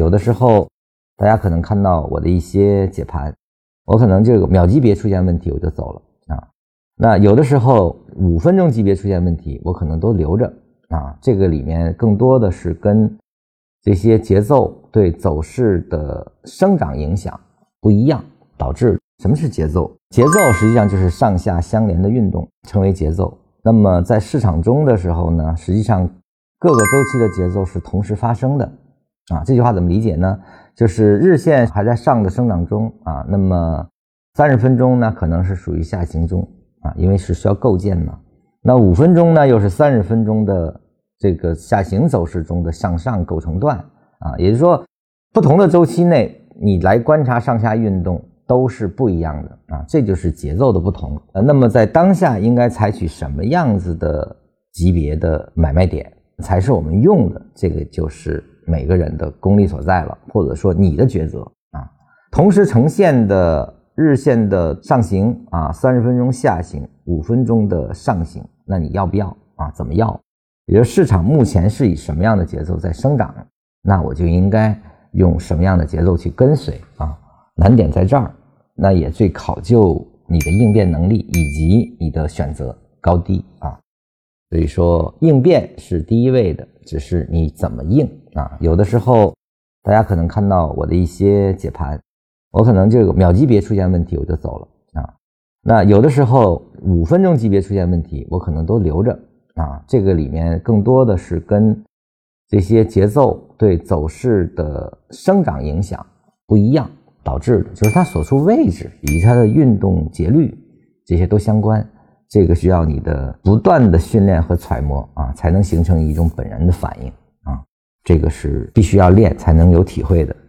有的时候大家可能看到我的一些解盘，我可能这个秒级别出现问题我就走了啊。那有的时候5分钟级别出现问题我可能都留着啊。这个里面更多的是跟这些节奏对走势的生长影响不一样导致。什么是节奏？节奏实际上就是上下相连的运动称为节奏。那么在市场中的时候呢，实际上各个周期的节奏是同时发生的啊。这句话怎么理解呢？就是日线还在上的生长中啊，那么30分钟呢可能是属于下行中啊，因为是需要构建嘛。那5分钟呢又是30分钟的这个下行走势中的向上构成段啊，也就是说不同的周期内你来观察上下运动都是不一样的啊，这就是节奏的不同。那么在当下应该采取什么样子的级别的买卖点才是我们用的，这个就是每个人的功力所在了，或者说你的抉择啊。同时呈现的日线的上行啊，30分钟下行，5分钟的上行，那你要不要啊？怎么要？也就是市场目前是以什么样的节奏在生长，那我就应该用什么样的节奏去跟随啊。难点在这儿，那也最考究你的应变能力以及你的选择高低啊。所以说应变是第一位的，只是你怎么应啊。有的时候大家可能看到我的一些解盘，我可能这个秒级别出现问题我就走了啊。那有的时候5分钟级别出现问题我可能都留着啊。这个里面更多的是跟这些节奏对走势的生长影响不一样导致的，就是它所处位置以及它的运动节律这些都相关。这个需要你的不断的训练和揣摩啊，才能形成一种本然的反应啊。这个是必须要练才能有体会的。